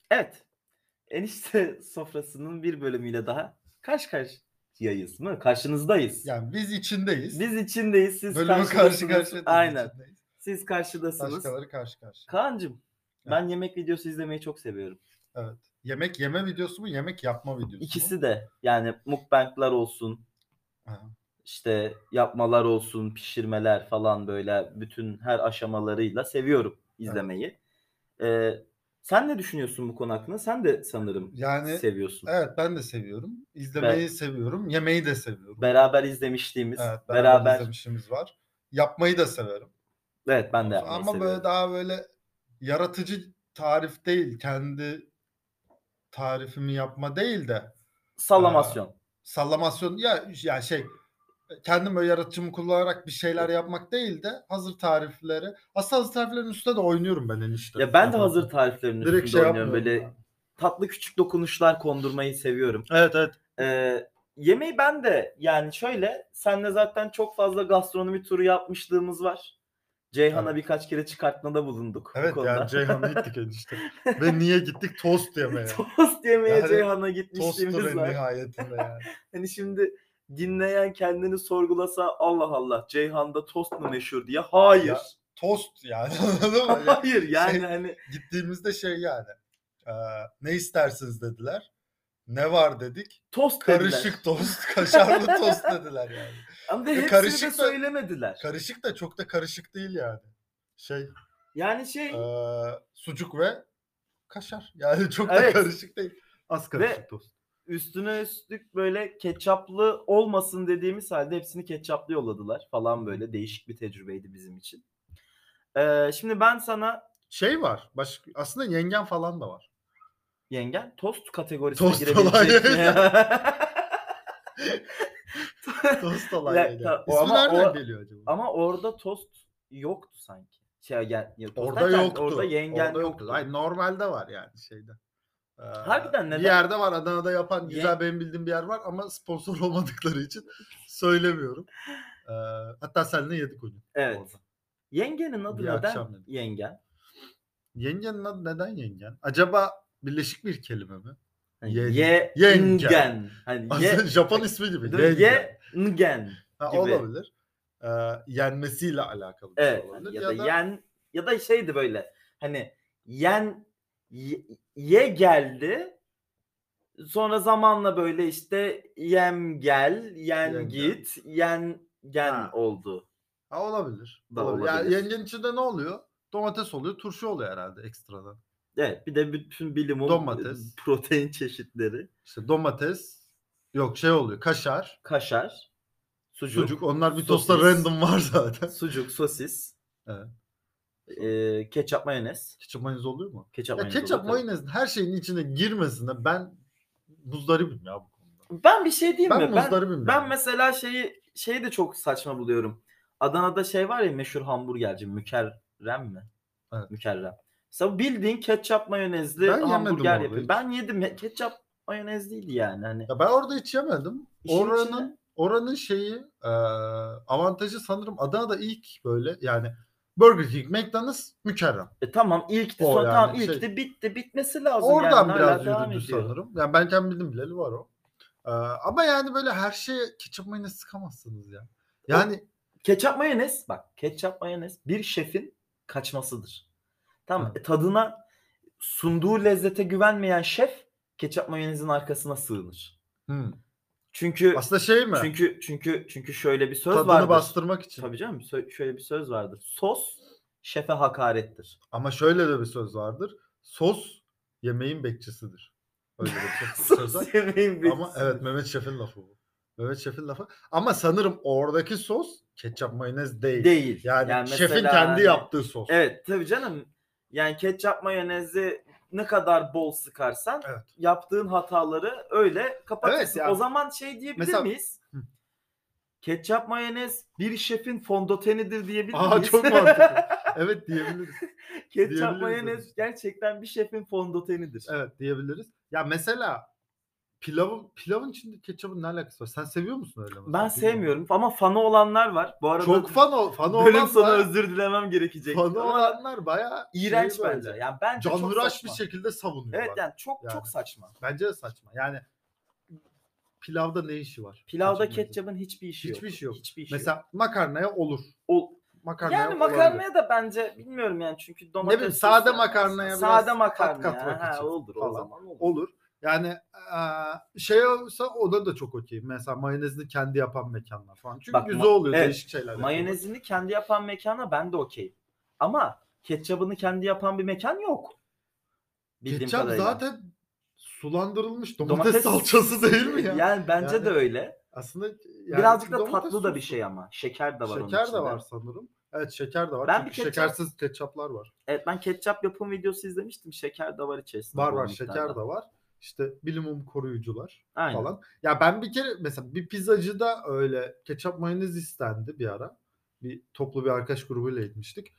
Evet, enişte sofrasının bir bölümüyle daha karşı karşıyayız mı? Karşınızdayız. Yani biz içindeyiz. Biz içindeyiz, siz Bölümün karşı karşıdasınız. karşıya değil, Aynen. içindeyiz. Siz karşıdasınız. Başkaları karşı karşıya. Kaan'cığım, Evet. ben yemek videosu izlemeyi çok seviyorum. Evet. Yemek yeme videosu mu, yemek yapma videosu mu? İkisi de. Yani mukbang'lar olsun, Ha. işte yapmalar olsun, pişirmeler falan böyle bütün her aşamalarıyla seviyorum izlemeyi. Sen ne düşünüyorsun bu konu hakkında? Sen de sanırım Yani seviyorsun. evet, ben de seviyorum. İzlemeyi seviyorum, yemeyi de seviyorum. Beraber izlemişliğimiz, Evet, beraber izlemişliğimiz var. Yapmayı da severim. Evet, ben de yapmayı Ama seviyorum. böyle daha böyle yaratıcı tarif değil, kendi tarifimi yapma değil de Sallamasyon. sallamasyon ya şey, kendim böyle yaratıcımı kullanarak bir şeyler yapmak değil de hazır tarifleri. Aslında hazır tariflerin üstünde de oynuyorum ben enişte. Ya ben de hazır tariflerin Direkt üstünde şey oynuyorum. yapmıyorum Böyle yani. tatlı küçük dokunuşlar kondurmayı seviyorum. Evet, evet. Yemeği ben de yani şöyle, seninle zaten çok fazla gastronomi turu yapmışlığımız var. Ceyhan'a Evet. birkaç kere çıkartmada bulunduk bu Evet, konuda. yani Ceyhan'a gittik enişte. Ve niye gittik? Tost yemeye. Tost yemeye Yani Ceyhan'a gitmişliğimiz Tosttur en var. nihayetinde yani. Hani şimdi dinleyen kendini sorgulasa Allah Allah Ceyhan'da tost mu meşhur diye. Hayır. Ya, tost yani, anladın mı? Ya, Hayır yani şey, hani gittiğimizde şey yani, ne istersiniz dediler. Ne var dedik. tost Karışık dediler. tost, kaşarlı tost dediler yani. Ama ve Ve hepsini de söylemediler. karışık da çok da karışık değil yani. Şey, Yani sucuk ve kaşar. Yani çok da evet karışık değil. Az karışık ve tost. üstüne üstlük böyle ketçaplı olmasın dediğimiz halde hepsini ketçaplı yolladılar falan böyle. Değişik bir tecrübeydi bizim için. Şimdi ben sana Şey var. Aslında yengen falan da var. yengen tost kategorisine Tost olan girebilecek. yengen. Tost olan Ya, yengen. o İsmi ama nereden o geliyor acaba? ama orada tost yoktu sanki. Tost Orada derken yoktu. orada yengen Orada yoktu. Hayır, normalde var yani şeyde. Harbiden Bir neden? yerde var, Adana'da yapan güzel benim bildiğim bir yer var ama sponsor olmadıkları için söylemiyorum. Hatta seninle yedik onu Evet. orada. Yengenin adı Bir neden akşam yedik. yengen? Yengenin adı neden yengen? Acaba birleşik bir kelime mi? Hani Yengen. yengen. Hani Aslında Japon ismi gibi. değil mi? Yengen. Yengen gibi. Olabilir. Yenmesiyle alakalı bir şey Evet, hani olabilir. ya da ya da şeydi böyle. Hani ye geldi. Sonra zamanla böyle işte yem gel, yen Yengen. git, yengen Ha. oldu Olabilir. da Olabilir. Yani olabilir. yengenin içinde ne oluyor? Domates oluyor, turşu oluyor herhalde ekstradan. Evet, bir de bütün bilimum Domates. protein çeşitleri. İşte domates. Yok, şey oluyor. Kaşar. Kaşar, Sucuk. sucuk, Onlar bir tosta sosis, random var zaten. sucuk, sosis, Evet. ketçap, mayonez. Ketçap mayonez oluyor mu? Ketçap Ya mayonez oluyor ketçap tabii. mayonezin her şeyin içine girmesine ben muzdaribim ya bu konuda. Ben bir şey diyeyim Ben mi? muzdaribim Ben yani. mesela şeyi de çok saçma buluyorum. Adana'da şey var ya meşhur hamburgerci Mükerrem mi? Evet. Mükerrem. Mesela bildiğin ketçap mayonezli Ben yemedim hamburger orada yapıyor. hiç. Ben yedim. Ketçap mayonez değildi yani hani. Ya ben orada hiç yemedim. İşin içinde Oranın şeyi, avantajı sanırım Adana'da ilk böyle yani Burger King, McDonald's, Mükerrem. tamam ilkti. O Sonra tamam yani ilkti bitti. Bitmesi lazım yani. oradan Hala biraz devam yürüdü ediyor. sanırım. Yani ben kendim bildim bileli var o. Ama yani böyle her şeye ketçap mayonez sıkamazsınız ya. Yani Ketçap mayonez bak ketçap mayonez bir şefin kaçmasıdır. Tamam evet. tadına sunduğu lezzete güvenmeyen şef ketçap mayonezin arkasına sığınır. Çünkü Aslında şey mi? çünkü şöyle bir söz Tadını vardır. bastırmak için. Tabii canım şöyle bir söz vardır. Sos şefe hakarettir. Ama şöyle de bir söz vardır. Sos yemeğin bekçisidir. Öyle de bir söz var. Sos yemeğin Ama evet, Mehmet Şef'in lafı bu. Mehmet Şef'in lafı. Ama sanırım oradaki sos ketçap mayonez değil. Değil. Yani şefin mesela kendi hani, yaptığı sos. evet tabii canım. Yani ketçap mayonezi ne kadar bol sıkarsan Evet. yaptığın hataları öyle kapatırsın. Evet, yani o zaman şey diyebilir mesela miyiz? Ketçap mayonez bir şefin fondötenidir diyebilir miyiz? çok mantıklı. Evet, diyebiliriz. Ketçap Diyebiliriz mayonez gerçekten bir şefin fondötenidir. Evet, diyebiliriz. Ya mesela pilavın içinde ketçapın ne alakası var? Sen seviyor musun öyle mesela? Ben Bilmiyorum. sevmiyorum ama fanı olanlar var. Bu arada Çok fanı bölüm olan sonu bayağı, özür dilemem gerekecek. fanı Ama olanlar bayağı iğrenç şey bence. böyle. Yani bence çok Canhıraş bir saçma. şekilde savunuyorlar. Evet yani çok Yani. saçma. Bence de saçma. Yani pilavda ne işi var? Pilavda Ketçapın ketçapın hiçbir işi yok. hiçbir şey yok. Hiçbir işi yok. Mesela makarnaya olur. Yani olabilir. makarnaya da bence bilmiyorum yani çünkü domates Ne bileyim sosu sade yani. makarnaya Sade biraz makarna kat ya. katmak için Olur o falan. zaman olur. Olur. Yani şey olsa o da çok okey. Mesela mayonezini kendi yapan mekanlar falan. Çünkü Bak, güzel oluyor. evet, Değişik şeyler yapıyorlar. mayonezini kendi yapan mekana ben de okeyim. Ama ketçabını kendi yapan bir mekan yok. Bildiğim Ketçap kadarıyla. zaten sulandırılmış domates salçası değil mi ya? Yani bence de öyle. Aslında yani birazcık da domates tatlı da bir sosu. şey ama. Şeker de var onun Şeker içinde. de var sanırım. Evet şeker de var. Ben Çünkü bir ketçap- şekersiz ketçaplar var. Evet ben ketçap yapım videosu izlemiştim. Şeker de var içerisinde. Var bol var miktarda. şeker de var. İşte bilimum koruyucular Aynen. falan. Ya ben bir kere mesela bir pizzacıda öyle ketçap mayonez istendi bir ara. Bir toplu bir arkadaş grubuyla gitmiştik.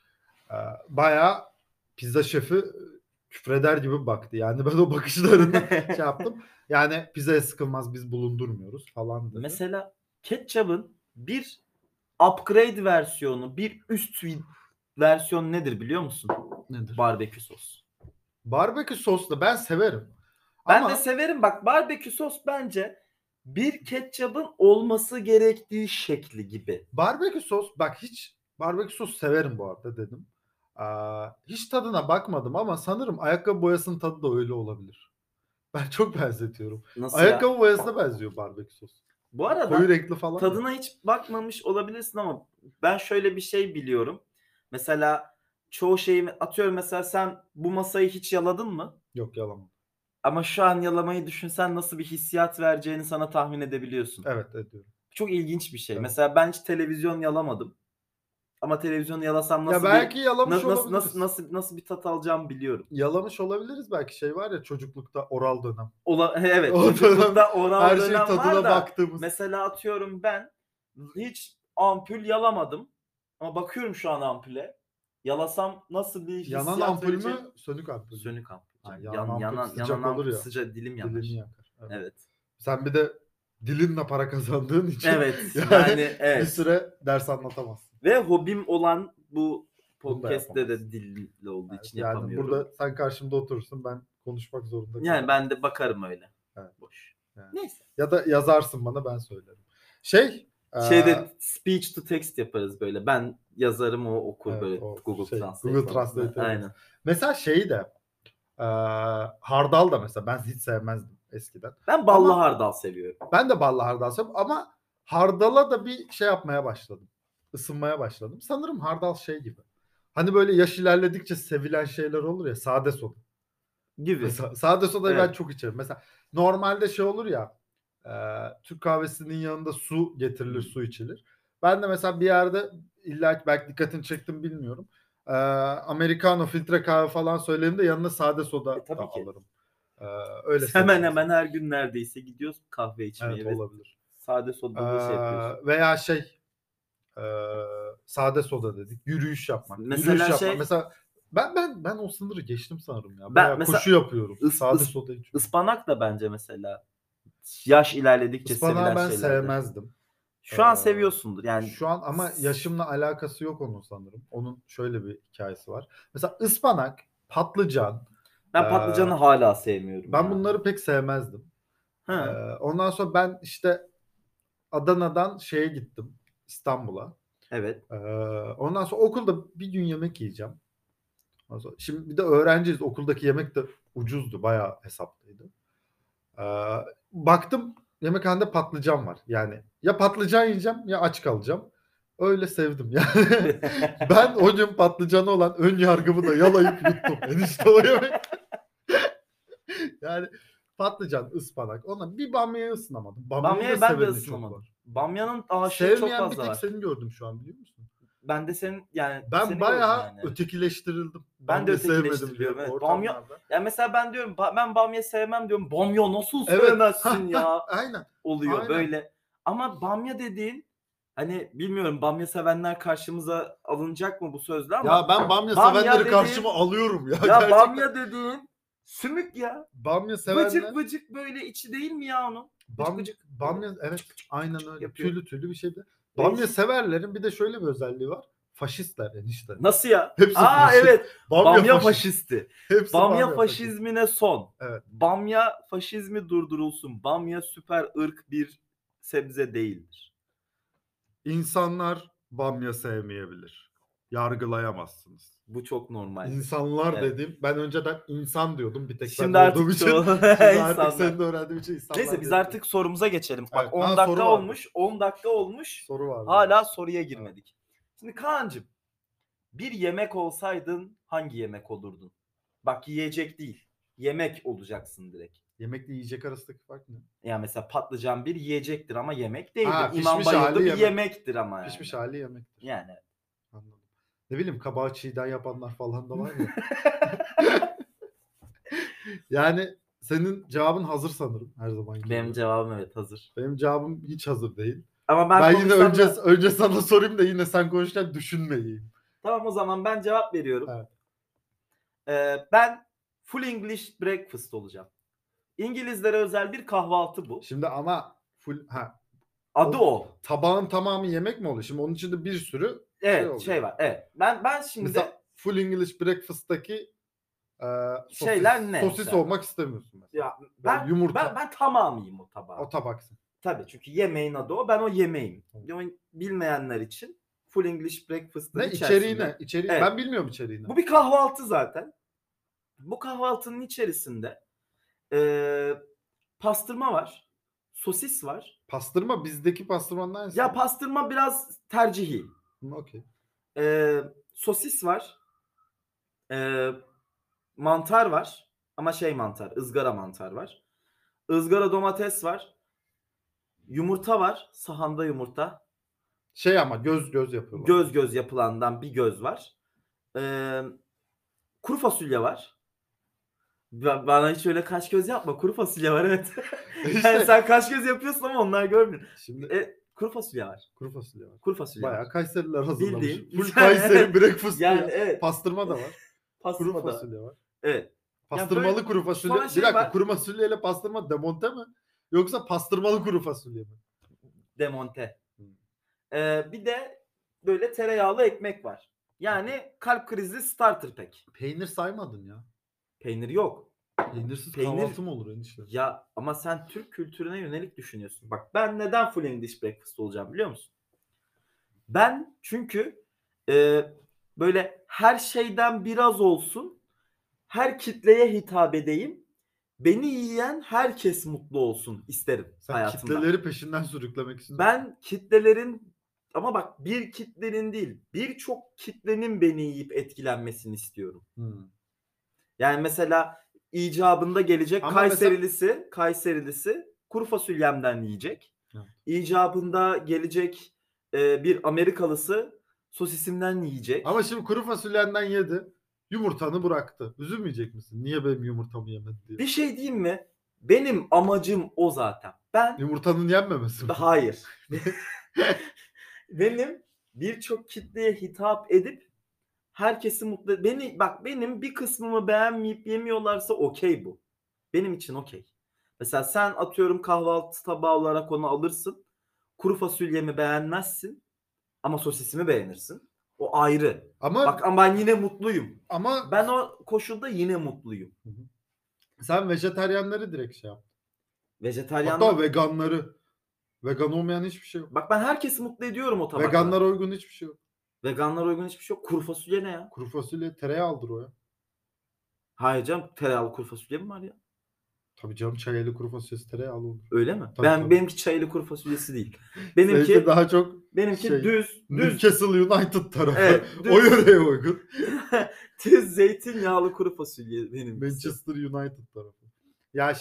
Bayağı pizza şefi küfreder gibi baktı. Yani ben o bakışlarını şey yaptım. Yani pizzaya sıkılmaz biz bulundurmuyoruz falan dedi. Mesela ketçabın bir upgrade versiyonu, bir üst versiyonu nedir biliyor musun? Nedir? Barbekü sos. Barbekü soslu ben severim. Ben Ama de severim bak barbekü sos bence bir ketçabın olması gerektiği şekli gibi. barbekü sos bak hiç barbekü sos severim bu arada dedim. Hiç tadına bakmadım ama sanırım ayakkabı boyasının tadı da öyle olabilir. Ben çok benzetiyorum. Nasıl Ayakkabı ya? boyasına benziyor barbekü sos. Bu arada Koyu renkli falan. tadına hiç bakmamış olabilirsin ama ben şöyle bir şey biliyorum. Mesela çoğu şeyi atıyorum mesela sen bu masayı hiç yaladın mı? Yok yalan. Ama şu an yalamayı düşünsen nasıl bir hissiyat vereceğini sana tahmin edebiliyorsun. Evet ediyorum. Çok ilginç bir şey. Evet. Mesela ben hiç televizyon yalamadım. Ama televizyonu yalasam Ya nasıl belki yalamış nasıl olabiliriz. nasıl bir tat alacağımı biliyorum. Yalamış olabiliriz belki şey var ya çocuklukta oral dönem. Evet, O çocuklukta dönem oral her şey dönem tadına var da baktığımız. mesela atıyorum ben hiç ampul yalamadım. Ama bakıyorum şu an ampule. Yalasam nasıl bir Yanan hissiyat ampul vereceğim? mü? Sönük ampul mü? Sönük ampul. Ha, canım. yanan ampul sıcak Yanan olur ampul ya. sıcak dilim yanar. Dilini yakar. Evet. Evet. Sen bir de dilinle para kazandığın için Evet. yani Yani bir evet. süre ders anlatamazsın. Ve hobim olan bu Bunu da podcast'te de yapamazsın. dilli olduğu için Yani yapamıyorum. burada sen karşımda oturursun ben konuşmak zorunda kalırım. Yani ben de bakarım öyle. Evet. Boş. Yani. Neyse. Ya da yazarsın bana ben söylerim. Şeyde speech to text yaparız böyle. Ben yazarım o okur evet, böyle o Google Translate Google falan. Translate. Aynen. Mesela hardal da mesela ben hiç sevmezdim eskiden. Ben ballı Ama hardal seviyorum. ben de ballı hardal seviyorum ama hardala da bir şey yapmaya başladım. Isınmaya başladım. Sanırım hardal şey gibi. Hani böyle yaş ilerledikçe sevilen şeyler olur ya sade soda. Gibi. Mesela sade sodayı ben Evet. çok içerim. Mesela normalde şey olur ya Türk kahvesinin yanında su getirilir, su içilir. Ben de mesela bir yerde illa ki belki dikkatini çektim bilmiyorum. Americano, filtre kahve falan söyleyeyim de yanına sade soda tabii da ki. alırım. Öyle Hemen seviyorum hemen mesela. her gün neredeyse gidiyoruz kahve içmeye Evet ve olabilir. sade sodalı şey yapıyorsun. Veya sade soda dedik. Yürüyüş yapmak. Mesela Mesela ben o sınırı geçtim sanırım ya. Ben Bayağı mesela koşu yapıyorum. Sade soda içiyorum. Ispanak da bence mesela yaş ilerledikçe Ispanağı sevilen ben şeylerdir. sevmezdim. Şu an seviyorsundur yani. Şu an ama yaşımla alakası yok onun sanırım. Onun şöyle bir hikayesi var. Mesela ıspanak, patlıcan. Ben patlıcanı hala sevmiyorum. Ben ya. bunları pek sevmezdim. Ha. Ondan sonra ben işte Adana'dan şeye gittim. İstanbul'a. Evet. Ondan sonra okulda bir gün yemek yiyeceğim. Şimdi bir de öğrenciyiz. Okuldaki yemek de ucuzdu. Bayağı hesaplıydı. Baktım yemekhanede patlıcan var. Yani ya patlıcan yiyeceğim ya aç kalacağım. Öyle sevdim yani. Ben o gün patlıcanı olan ön yargımı da yalayıp yuttum. Enişte o yemek. Yani patlıcan, ıspanak. Ona bir bamyayı ısınamadım. Bamyayı da Bamya'yı ben de seveni çok ısınamadım. var. Bamyanın aşığı çok Sevmeyen bir fazla tek var. seni gördüm şu an biliyor musun? Ben de senin yani Ben seni bayağı gördüm yani. ötekileştirildim. Ben de Bamya sevmedim diye ötekileştiriliyorum. Evet. ortamlarda. Yani mesela ben diyorum ben bamya sevmem diyorum. Bamya nasıl Evet. sevmezsin ya? Aynen. Oluyor Aynen. böyle. Ama bamya dediğin hani bilmiyorum bamya sevenler karşımıza alınacak mı bu sözle ama Ya ben bamya bamya sevenleri dediğin- karşıma alıyorum ya. ya Gerçekten. bamya dediğin Sümük ya. Bamya sevenler. Vıcık vıcık böyle içi değil mi ya onun? Bamya evet aynen öyle. Yapıyor. Tüylü tüylü bir şeydi. Bamya severlerin bir de şöyle bir özelliği var. Faşistler enişte. Nasıl ya? Hepsi faşist. Evet. Bamya faşist. faşisti. Hepsi Bamya faşizmine son. Evet. Bamya faşizmi durdurulsun. Bamya süper ırk bir sebze değildir. İnsanlar bamya sevmeyebilir. Yargılayamazsınız. Bu çok normal. İnsanlar Evet. dedim. Ben önceden insan diyordum bir tek Şimdi ben artık olduğum için. çoğu Şimdi artık insanlar. senin de öğrendiğin için insanlar. Neyse biz dedim. artık sorumuza geçelim. Bak Evet. 10 soru dakika vardı. olmuş. 10 dakika olmuş. Soru var. Hala soruya girmedik. Şimdi Kaan'cığım, bir yemek olsaydın hangi yemek olurdun? Bak yiyecek değil. Yemek olacaksın direkt. Yemekle yiyecek arasındaki fark ne? Yani mesela patlıcan bir yiyecektir ama yemek değildir. Ha, İmam pişmiş bayıldı hali bir yemek. yemektir ama yani. Pişmiş hali yemektir. Yani. Anladım. Ne bileyim kabağı çiğden yapanlar falan da var ya. Yani senin cevabın hazır sanırım her zaman. Benim cevabım evet hazır. Benim cevabım hiç hazır değil. Ama Ben yine konuşsam önce sana sorayım da yine sen konuşurken düşünmeyeyim. Tamam o zaman ben cevap veriyorum. Evet. Ben full English breakfast olacağım. İngilizlere özel bir kahvaltı bu. Şimdi ama Adı o. Tabağın tamamı yemek mi oluyor? Şimdi onun içinde bir sürü Evet şey var. Evet. Ben şimdi mesela full English breakfast'taki şeyler ne? Sosis mesela? olmak istemiyorsun mesela. Ya yumurta. ben tamamıyım o tabağa. O tabaksın. Tabii çünkü yemeğin adı o. Ben o yemeğim. Tamam. Bilmeyenler için full English breakfast'ın Ne içeriği ne? İçeriği Evet. ben bilmiyorum içeriğini. Bu bir kahvaltı zaten. Bu kahvaltının içerisinde pastırma var. Sosis var. Pastırma bizdeki pastırmanın aynısı. Ya pastırma biraz tercihi. Okey. Sosis var. Mantar var. Ama şey mantar. Izgara mantar var. Izgara domates var. Yumurta var. Sahanda yumurta. Şey ama göz yapıyorlar. Göz yapılandan bir göz var. Kuru fasulye var. Bana hiç öyle kaş göz yapma. Kuru fasulye var evet. İşte. Yani sen kaş göz yapıyorsun ama onlar görmüyor. Şimdi kuru fasulye var. kuru fasulye var. Kuru fasulye Bayağı var. Kayseriler hazırlamış. Bildiğin. Full Kayseri breakfast Yani ya. evet. Pastırma da var. Pastırma Kuru da. fasulye var. Evet. Pastırmalı böyle, kuru fasulye. sonra Bir şey dakika var. kuru fasulyeyle pastırma demonte mi? Yoksa pastırmalı kuru fasulye mi? Demonte. Bir de böyle tereyağlı ekmek var. Yani kalp krizi starter pack. Peynir saymadın ya. Peynir yok. Peynirsiz Peynir- kahvaltı mı olur enişte? Ya ama sen Türk kültürüne yönelik düşünüyorsun. Bak ben neden full English breakfast olacağım biliyor musun? Ben çünkü böyle her şeyden biraz olsun, her kitleye hitap edeyim, beni yiyen herkes mutlu olsun isterim Sen hayatımda. kitleleri peşinden sürüklemek istiyorsun. Ben kitlelerin ama bak bir kitlenin değil, birçok kitlenin beni yiyip etkilenmesini istiyorum. Yani mesela icabında gelecek Ama Kayserilisi kuru fasulyemden yiyecek. Evet. İcabında gelecek bir Amerikalısı sosisimden yiyecek. Ama şimdi kuru fasulyenden yedi. Yumurtanı bıraktı. Üzülmeyecek misin? Niye benim yumurtamı yemedi diye. Bir şey diyeyim mi? Benim amacım o zaten. Ben Yumurtanın yenmemesi mi? hayır. Benim birçok kitleye hitap edip herkesi mutlu benim bir kısmımı beğenmeyip yemiyorlarsa okey bu. Benim için okey. Mesela sen atıyorum kahvaltı tabağı olarak onu alırsın. Kuru fasulyemi beğenmezsin ama sosisimi beğenirsin. O ayrı. Ama ama ben yine mutluyum. Ama Ben o koşulda yine mutluyum. sen vejetaryenleri direkt şey yap. Vejetaryenler. Hatta veganları. Vegan olmayan hiçbir şey yok. Bak ben herkesi mutlu ediyorum o tabakla. Veganlara uygun hiçbir şey yok. Veganlara uygun hiçbir şey yok. Kuru fasulye ne ya? Kuru fasulye tereyağlıdır o ya. Hayır canım tereyağlı kuru fasulye mi var ya? Tabii canım çayeli kuru fasulyesi tereyağlı olur. Öyle mi? Tabii. Benimki çaylı kuru fasulyesi değil. Seninki daha çok düz. Newcastle United tarafı. Evet, düz. O yöreye uygun. Düz zeytinyağlı kuru fasulye benim. Manchester United tarafı. Ya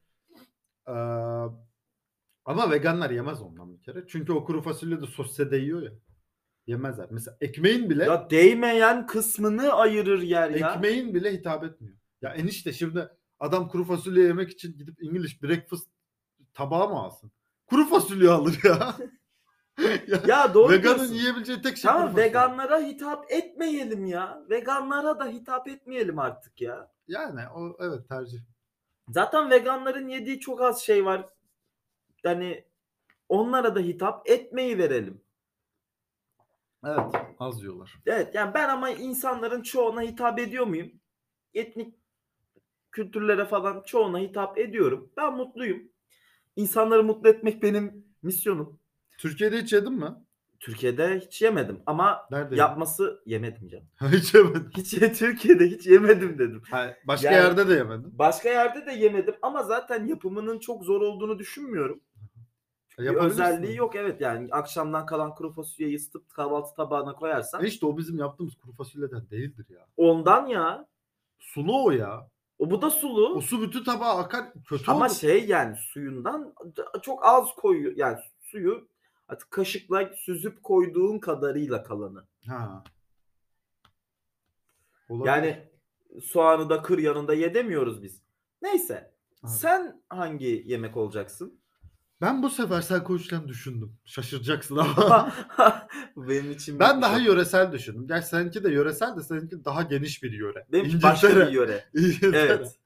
ama veganlar yemez ondan bir kere. Çünkü o kuru fasulye de sosise değiyor ya. Yemezler. Mesela ekmeğin bile Ya değmeyen kısmını ayırır yer ya. ekmeğin bile hitap etmiyor. Ya enişte şimdi adam kuru fasulye yemek için gidip English breakfast tabağı mı alsın? Kuru fasulye alır ya. Ya doğru Veganın diyorsun. yiyebileceği tek şey Tamam, kuru fasulye. veganlara hitap etmeyelim ya. Veganlara da hitap etmeyelim artık ya. Yani o evet tercih. Zaten veganların yediği çok az şey var. Yani onlara da hitap etmeyi verelim. Evet az yiyorlar. Evet yani ben ama insanların çoğuna hitap ediyor muyum? Etnik kültürlere falan çoğuna hitap ediyorum. Ben mutluyum. İnsanları mutlu etmek benim misyonum. Türkiye'de hiç yedin mi? Türkiye'de hiç yemedim ama Nerede yapması yemedim canım. Hiç yemedim. Hiç Türkiye'de hiç yemedim dedim. Hayır, başka Yani- yerde de yemedin. Başka yerde de yemedim ama zaten yapımının çok zor olduğunu düşünmüyorum. Bir Yapabilirsin. özelliği yok evet yani akşamdan kalan kuru fasulyeyi ısıtıp kahvaltı tabağına koyarsan İşte o bizim yaptığımız kuru fasulyeden değildir ya. ondan ya. Sulu o ya. Bu da O sulu su bütün tabağa akar kötü ama olur. şey yani suyundan çok az koyuyor. Yani suyu artık kaşıkla süzüp koyduğun kadarıyla kalanı. Ha. Olabilir. Yani soğanı da kır yanında ye demiyoruz biz. Neyse. Evet. Sen hangi yemek olacaksın? Ben bu sefer sen konuşurken düşündüm. Şaşıracaksın ama. Benim için Ben bir daha şey. yöresel düşündüm. Gerçi seninki de yöresel de seninki daha geniş bir yöre. Benimki başka bir yöre. İngiltere. Evet.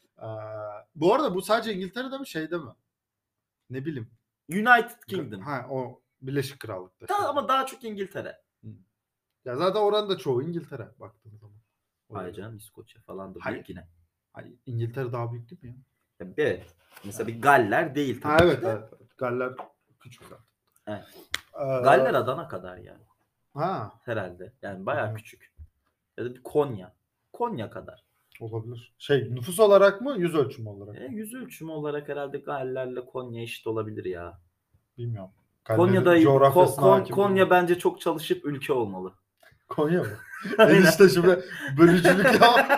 Bu arada bu sadece İngiltere'de mi şeyde mi? Ne bileyim. United Kingdom. Ha o Birleşik Krallık'ta. Tamam ama daha çok İngiltere. Ya zaten oranın da çoğu İngiltere baktığın zaman. Hayır canım İskoçya falan da Hayır. büyük yine. Hayır, İngiltere daha büyük değil mi ya? Evet. Mesela bir Galler değil tabii Ha ki evet, de. evet. Galler küçük zaten. Evet. Ee, Galler Adana kadar yani Ha herhalde. Yani bayağı Hı hı. küçük. Ya da bir Konya. Konya kadar. olabilir. Nüfus olarak mı yüz ölçümü olarak mı? Yüz ölçümü olarak herhalde Galler'le Konya eşit olabilir ya. Bilmiyorum. Konya'da coğrafyasına hakim Konya değilim. bence çok çalışıp ülke olmalı. Konya mı? Enişte şimdi bölücülük yap.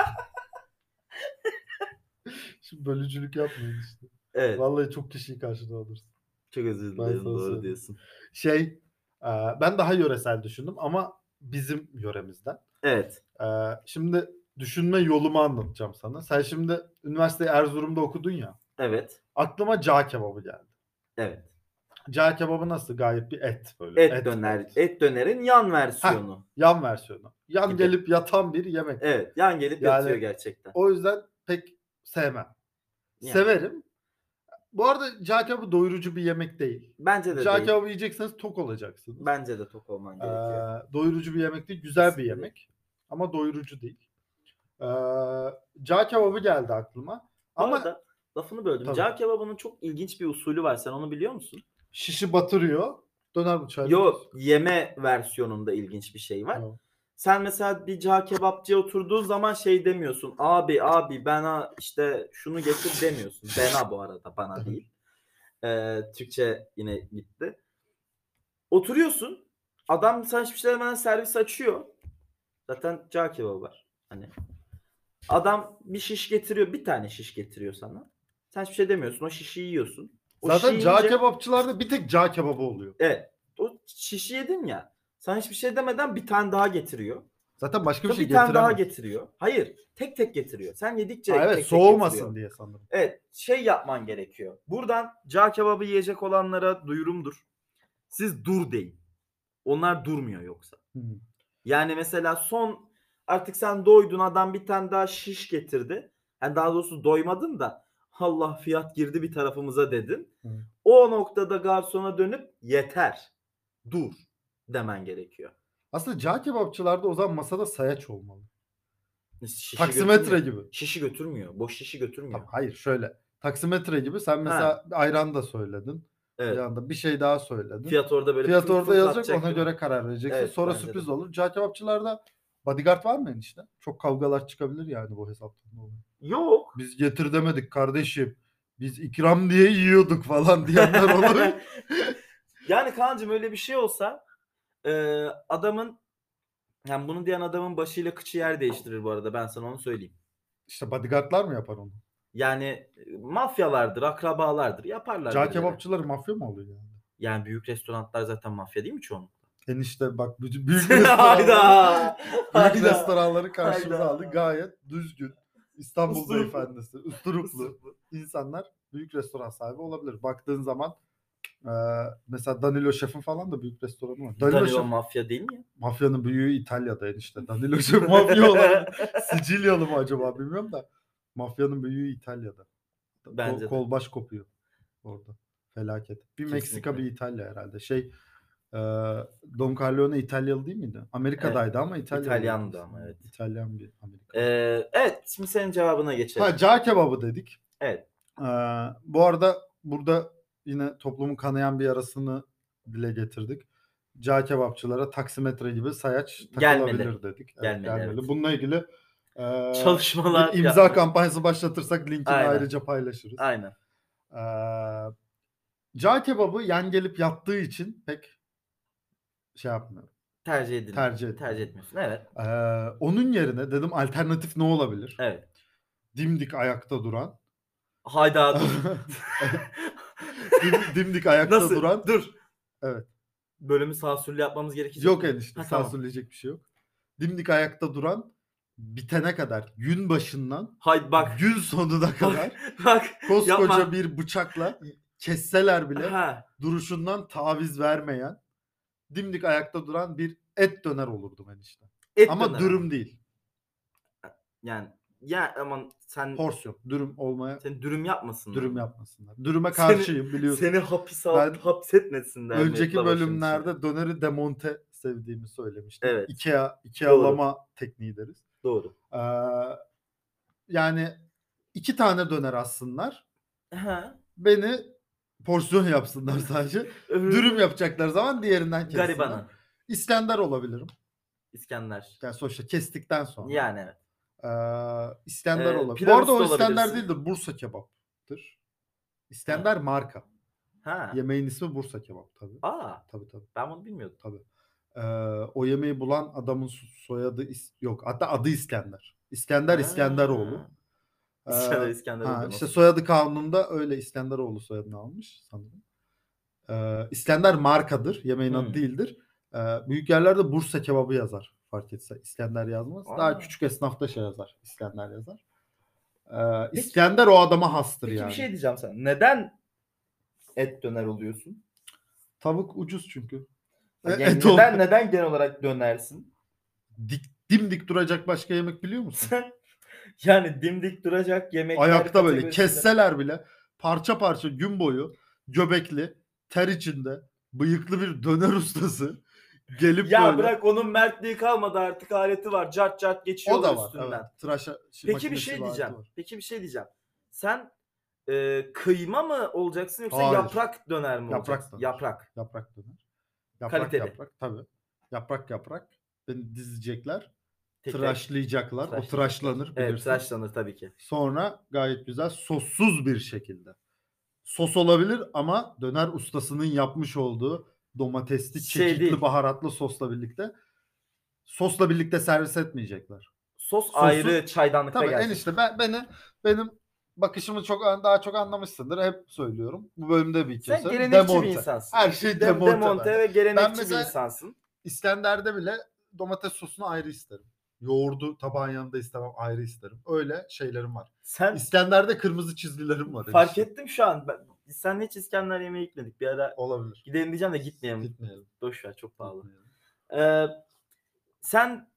Şimdi bölücülük yapmayın işte. Evet. Vallahi çok kişiyi karşına alırsın. Çok özür Ben dilerim. sana Doğru söyleyeyim. diyorsun. Ben daha yöresel düşündüm ama bizim yöremizden. Evet. Şimdi düşünme yolumu anlatacağım sana. Sen şimdi üniversiteyi Erzurum'da okudun ya. Evet. Aklıma cağ kebabı geldi. Evet. Cağ kebabı nasıl? Gayet bir et böyle. Et döner. Et dönerin yan versiyonu. Yan versiyonu. Yan Gibi. gelip yatan bir yemek. Evet. Yan gelip Yani- yatıyor gerçekten. O yüzden pek sevmem. Yani. Severim. Bu arada cağ kebabı doyurucu bir yemek değil. Bence de Cağ değil. kebabı yiyecekseniz tok olacaksınız. Bence de tok olman gerekiyor. Doyurucu bir yemek değil. Güzel Kesinlikle bir yemek. Ama doyurucu değil. Cağ kebabı geldi aklıma. Bu Ama arada lafını böldüm. Tabii. Cağ kebabının çok ilginç bir usulü var. Sen onu biliyor musun? şişi batırıyor. Döner bıçağı. Yok. Yeme versiyonunda ilginç bir şey var. Tamam. Sen mesela bir cağ kebapçıya oturduğun zaman şey demiyorsun. Abi bana işte şunu getir demiyorsun. Bana bu arada bana değil. Türkçe yine gitti. Oturuyorsun. Adam sana hiçbir şey demeden servis açıyor. Zaten cağ kebabı var. Hani adam bir şiş getiriyor. Bir tane şiş getiriyor sana. Sen hiçbir şey demiyorsun. O şişi yiyorsun. O Zaten şişi cağ yiyince- kebapçılarda bir tek cağ kebabı oluyor. Evet. O şişi yedin ya. Sana hiçbir şey demeden bir tane daha getiriyor. Zaten başka bir Sonra şey bir tane daha getiremez. getiriyor. Hayır. Tek tek getiriyor. Sen yedikçe Ha, evet tek soğumasın getiriyor. diye sanırım. Evet. Şey yapman gerekiyor. Buradan cağ kebabı yiyecek olanlara duyurumdur. Siz dur deyin. Onlar durmuyor yoksa. Yani mesela son artık sen doydun adam bir tane daha şiş getirdi. Yani daha doğrusu doymadın da Allah fiyat girdi bir tarafımıza dedin. Hı. O noktada garsona dönüp yeter. Dur demen gerekiyor. Aslında cağ kebapçılarda o zaman masada sayaç olmalı. Şişi Taksimetre götürmüyor. gibi. Şişi götürmüyor. Boş şişi götürmüyor. Tamam, hayır şöyle. Taksimetre gibi sen mesela ayran da söyledin. Evet. Bir anda bir şey daha söyledin. Fiyat orada böyle Fiyat fıl orada fıl yazacak atacak ona değil mi? göre karar vereceksin. Evet, Sonra bence sürpriz de. olur. Cağ kebapçılarda bodyguard var mı enişte? Çok kavgalar çıkabilir yani bu hesaptan dolayı. Yok. Biz getir demedik kardeşim. Biz ikram diye yiyorduk falan diyenler olur. Yani Kaan'cığım öyle bir şey olsa adamın yani bunu diyen adamın başıyla kıçı yer değiştirir bu arada ben sana onu söyleyeyim. İşte bodyguardlar mı yapar onu? Yani mafyalardır, akrabalardır yaparlar. Cağ birileri. kebapçıları mafya mı oluyor yani? Yani büyük restoranlar zaten mafya değil mi çoğunlukla? Enişte bak büyük restoranları, Hayda. büyük Hayda. restoranları karşımıza Hayda. aldı. Gayet düzgün. İstanbul Usturuplu. beyefendisi, usturuplu insanlar büyük restoran sahibi olabilir. Baktığın zaman Mesela Danilo Şef'in falan da büyük restoranı var. Danilo Şef mafya değil mi ya? mafyanın büyüğü İtalya'da enişte. Danilo Şef mafya olabilir. Sicilyalı mı acaba bilmiyorum da. Mafyanın büyüğü İtalya'da. Bence de. Kolbaş kopuyor orada. Felaket. Bir Meksika Kesinlikle. bir İtalya herhalde. Don Corleone İtalyalı değil miydi? Amerika'daydı ama İtalyalı. İtalyandı ama evet. İtalyan bir Amerikalı. Evet, şimdi senin cevabına geçelim. Cağ kebabı dedik. Evet. Bu arada burada yine toplumun kanayan bir yarasını dile getirdik. Cağ kebapçılara taksimetre gibi sayaç takılabilir Gelmeli. dedik. Gelmeli, evet. Bununla ilgili Çalışmalar bir imza kampanyası başlatırsak linkini Aynen. ayrıca paylaşırız. Aynen. Cağ kebabı yan gelip yattığı için pek şey yapmıyorum. Tercih Tercih etmiyorsun. Evet. Onun yerine dedim alternatif ne olabilir? Evet. Dimdik ayakta duran. Hayda dur. Dimdik ayakta Nasıl? duran. Dur. Evet. Bölümü sansürlü yapmamız gerekecek Yok mi? enişte. Tamam. Sansürleyecek bir şey yok. Dimdik ayakta duran, bitene kadar gün başından Haydi bak. gün sonuna kadar Bak. koskoca Yapma. bir bıçakla kesseler bile Ha. duruşundan taviz vermeyen, dimdik ayakta duran bir et döner olurdum enişte. Et Ama döner dürüm ama. değil. Yani ya aman sen Porsiyon. Dürüm olmaya dürüm yapmasınlar. dürüm yapmasınlar. Dürüme karşıyım biliyorsun. Seni hapsetmesinler. Önceki Mevla başın bölümlerde içine. döneri demonte sevdiğimi söylemiştim. Evet. Ikealama tekniği deriz. Doğru. Yani 2 tane döner assınlar. Ha. Beni porsiyon yapsınlar sadece. Dürüm yapacaklar zaman diğerinden kessinler. Garibanı. İskender olabilirim. İskender. Yani sonuçta kestikten sonra. Yani evet. İskender olabilir. Bu pilav arada o usta İskender olabilirsin. değildir. Bursa kebaptır. İskender marka. Ha. Yemeğin ismi Bursa kebap tabii. Tabii. Ben bunu bilmiyordum. Tabii. O yemeği bulan adamın soyadı yok. Hatta adı İskender. İskenderoğlu. İskenderoğlu. İşte soyadı kanununda öyle İskenderoğlu soyadını almış sanırım. İskender markadır. Yemeğin adı değildir. Büyük yerlerde Bursa kebabı yazar. Fark etse. İskender yazmaz. Daha küçük esnafta şey yazar. İskender yazar. İskender o adama hastır yani. Peki bir şey diyeceğim sana. Neden et döner oluyorsun? Tavuk ucuz çünkü. Neden genel olarak dönersin? Dimdik duracak başka yemek biliyor musun? Yani dimdik duracak yemekler ayakta böyle kesseler bile parça parça gün boyu göbekli, ter içinde, bıyıklı bir döner ustası gelip ya böyle. bırak onun mertliği kalmadı artık, aleti var. Cart cart geçiyor o da var, üstünden. Evet. Tıraşa Peki bir şey diyeceğim. Sen kıyma mı olacaksın yoksa Hayır. yaprak döner mi olacaksın? Döner. Yaprak. Yaprak döner. Kaliteli. Tabii. Yaprak. Beni dizecekler. Tekrar. Tıraşlayacaklar. O tıraşlanır bilirsin. Evet, tıraşlanır tabii ki. Sonra gayet güzel sossuz bir şekilde. Sos olabilir ama döner ustasının yapmış olduğu domatesli, kekikli, baharatlı sosla birlikte servis etmeyecekler. Sos ayrı çaydanlıkta tabii gelsin. enişte benim bakışımı daha çok anlamışsındır. Hep söylüyorum. Bu bölümde bir kez. Sen gelenekçi bir insansın. Her şey demonte ve gelenekçi bir insansın. İskender'de bile domates sosunu ayrı isterim. Yoğurdu tabağın yanında istemem, ayrı isterim. Öyle şeylerim var. İskender'de kırmızı çizgilerim var. Fark ettim şu an. Biz seninle hiç İskender yemeğe gitmedik. Bir ara olabilir. Gidelim diyeceğim de gitmeyelim. Boş ver, çok pahalı. Sen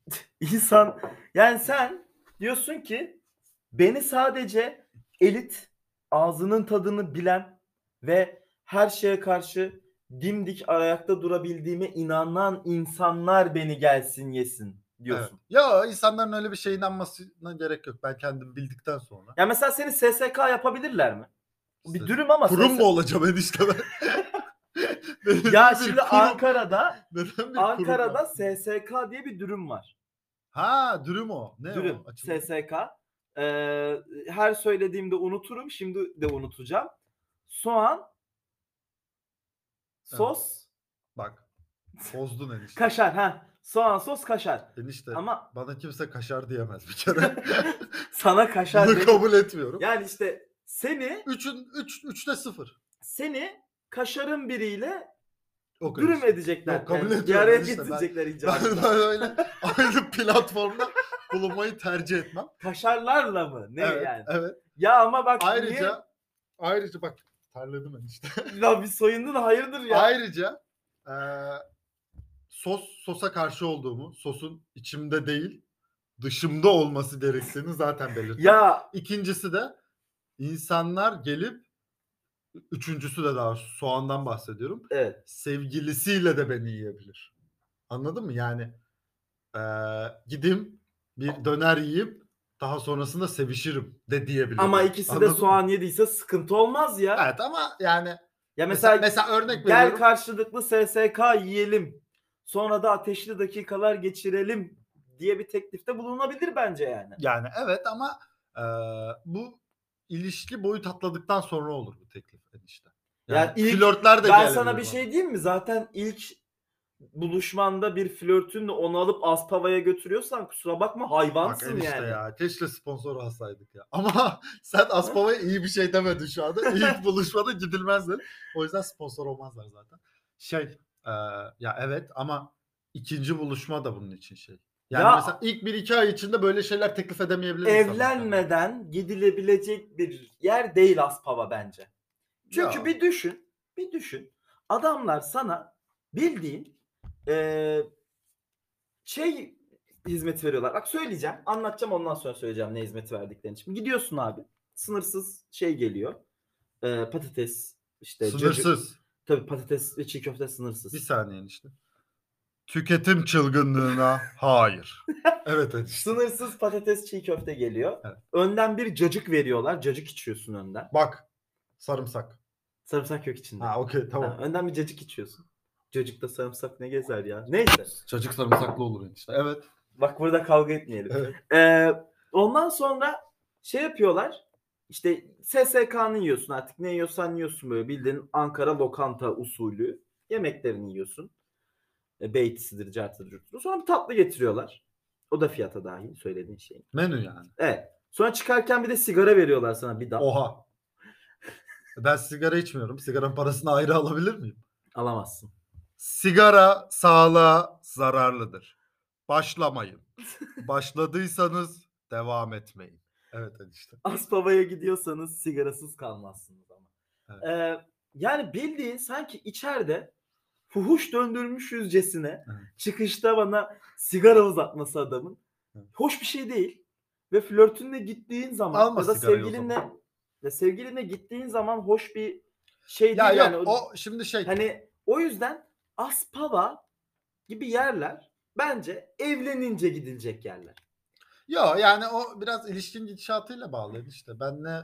sen diyorsun ki beni sadece elit, ağzının tadını bilen ve her şeye karşı dimdik ayakta durabildiğime inanan insanlar beni gelsin yesin diyorsun. Evet. Ya insanların öyle bir şeye inanmasına gerek yok. Ben kendim bildikten sonra. Ya mesela seni SSK yapabilirler mi? Bir dürüm ama kurum mu olacağım enişte ben? ya şimdi Ankara'da SSK diye bir dürüm var. Ha, dürüm o. Ne dürüm, o? SSK. Her söylediğimde unuturum. Şimdi de unutacağım. Soğan, sos. Evet. Bak. Bozdun enişte. Kaşar. Soğan, sos, kaşar. Enişte ama bana kimse kaşar diyemez bir kere. Sana kaşar bunu kabul etmiyorum. Yani işte seni 3'te 0. Seni kaşarın biriyle okay, dürüm edecekler. Yok, kabul yani bir araya getirecekler ben öyle aynı platformda bulunmayı tercih etmem. Kaşarlarla mı? Ne evet, yani? Evet. Ya ama bak ayrıca bak terledim enişte. Ya bir soyundun hayırdır ya. Ayrıca sosa karşı olduğumu, sosun içimde değil dışımda olması gerektiğini zaten belirttim. Ya İkincisi de insanlar gelip, üçüncüsü de daha soğandan bahsediyorum. evet. Sevgilisiyle de beni yiyebilir. Anladın mı? Yani gideyim bir döner yiyip daha sonrasında sevişirim de diyebilirim. Ama ikisi de Anladın mı? soğan yediyse sıkıntı olmaz ya. Evet ama yani Ya mesela mesela örnek gel veriyorum. karşılıklı SSK yiyelim. Sonra da ateşli dakikalar geçirelim diye bir teklifte bulunabilir bence yani. Yani evet ama bu ilişki boyut atladıktan sonra olur bu teklif enişte. Yani ilk flörtler de ben gelebilir sana bir bana. şey diyeyim mi? Zaten ilk buluşmanda bir flörtünle onu alıp Aspava'ya götürüyorsan kusura bakma Bak hayvansın enişte yani. ya keşke sponsor alsaydık ya. Ama sen Aspava'ya iyi bir şey demedin şu anda. İlk buluşmada gidilmezdi. O yüzden sponsor olmazlar zaten. Ya evet ama ikinci buluşma da bunun için şey. Yani Ya mesela ilk 1-2 ay içinde böyle şeyler teklif edemeyebilir insanlar. evlenmeden gidilebilecek bir yer değil Aspava bence. Çünkü Ya. bir düşün. Adamlar sana bildiğin şey hizmeti veriyorlar. Bak söyleyeceğim, anlatacağım ondan sonra söyleyeceğim ne hizmeti verdiklerini. Şimdi gidiyorsun abi, sınırsız şey geliyor. Patates, işte cacık. Sınırsız. Tabii patates ve çiğ köfte Bir sınırsız. saniye enişte. Tüketim çılgınlığına hayır. Evet enişte. Sınırsız patates çiğ köfte geliyor. Evet. Önden bir cacık veriyorlar. Cacık içiyorsun önden. Bak sarımsak. Sarımsak yok içinde. Ha okey tamam. Ha, önden bir cacık içiyorsun. Cacıkta sarımsak ne gezer ya. Neyse. Cacık sarımsaklı olur enişte. Evet. Bak burada kavga etmeyelim. Evet. Ondan sonra şey yapıyorlar. İşte SSK'nı yiyorsun artık. Ne yiyorsan yiyorsun böyle. Bildiğin Ankara lokanta usulü. Yemeklerini yiyorsun. Beytisidir, cartıdır, curtudur. Sonra bir tatlı getiriyorlar. O da fiyata dahil söylediğin şey. Menü yani. Evet. Sonra çıkarken bir de sigara veriyorlar sana bir dal. Oha. Ben sigara içmiyorum. Sigaranın parasını ayrı alabilir miyim? Alamazsın. Sigara sağlığa zararlıdır. Başlamayın. Başladıysanız devam etmeyin. Evet enişte. Aspava'ya gidiyorsanız sigarasız kalmazsınız ama. Evet. Yani bildiğin sanki içeride fuhuş döndürmüşüzcesine Evet. çıkışta bana sigara uzatması adamın. Evet. Hoş bir şey değil. Ve flörtünle gittiğin zaman Alma ya da sigarayı o zaman. sevgilinle gittiğin zaman hoş bir şey Ya değil yok yani. o şimdi şey. Hani o yüzden Aspava gibi yerler bence evlenince gidilecek yerler. Yok yani o biraz ilişkinin gidişatıyla bağlı işte. Ben ne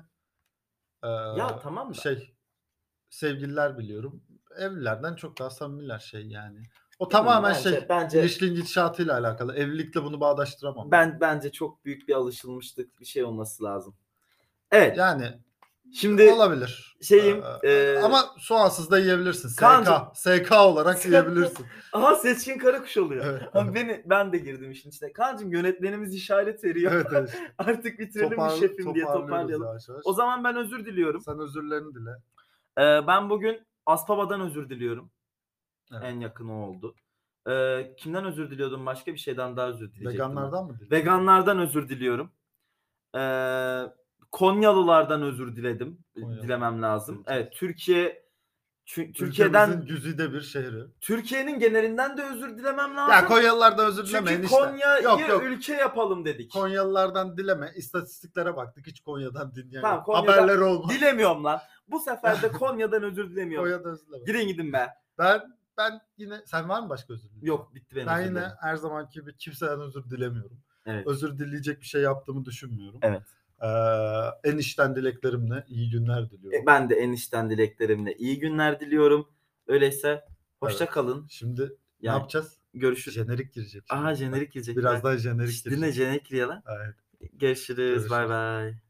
Ya tamam da. sevgililer biliyorum. Evlilerden çok daha samimiler şey yani. O tamamen bence ilişkinin gidişatıyla alakalı. Evlilikle bunu bağdaştıramam. bence çok büyük bir alışılmışlık bir şey olması lazım. Evet. Yani şimdi olabilir. Ama soğansız da yiyebilirsin. SK olarak yiyebilirsin. Aha Seçkin Karakuş oluyor. Evet. Abi ben de girdim işin içine. Kaan'cığım yönetmenimiz işaret veriyor. Evet, evet. Artık bitirelim mi şefim diye toparlayalım. Yavaş yavaş. O zaman ben özür diliyorum. Sen özürlerini dile. Ben bugün Aspava'dan özür diliyorum. Evet. En yakın o oldu. Kimden özür diliyordum? Başka bir şeyden daha özür dileyecektim. Veganlardan mı diledin? Veganlardan özür diliyorum. Konyalılardan özür diledim. Dilemem lazım. Evet, Türkiye'den Ülkemizin güzide bir şehri. Türkiye'nin genelinden de özür dilemem lazım. Ya Konyalılardan özür dilemeyin Çünkü işte. Konya'yı ülke yapalım dedik. Konyalılardan dileme. İstatistiklere baktık. Hiç Konya'dan dinleyen Tamam, yok. Konya'dan Haberleri olmaz. Dilemiyorum lan. Bu sefer de Konya'dan özür dilemiyorum. Konya'dan özür dileme. Gidin gidin be. Ben yine sen var mı başka özür dilerim? Yok bitti benim Ben özür yine dilerim. her zamanki gibi kimseden özür dilemiyorum. Evet. Özür dileyecek bir şey yaptığımı düşünmüyorum. Evet. En içten dileklerimle iyi günler diliyorum. Ben de en içten dileklerimle iyi günler diliyorum. Öyleyse hoşça kalın. Şimdi ne yapacağız? Görüşürüz. Jenerik girecek. Aha jenerik girecek. Biraz daha jenerik girecek. Dinle jenerik giriyor lan. Evet. Görüşürüz. Bay bay.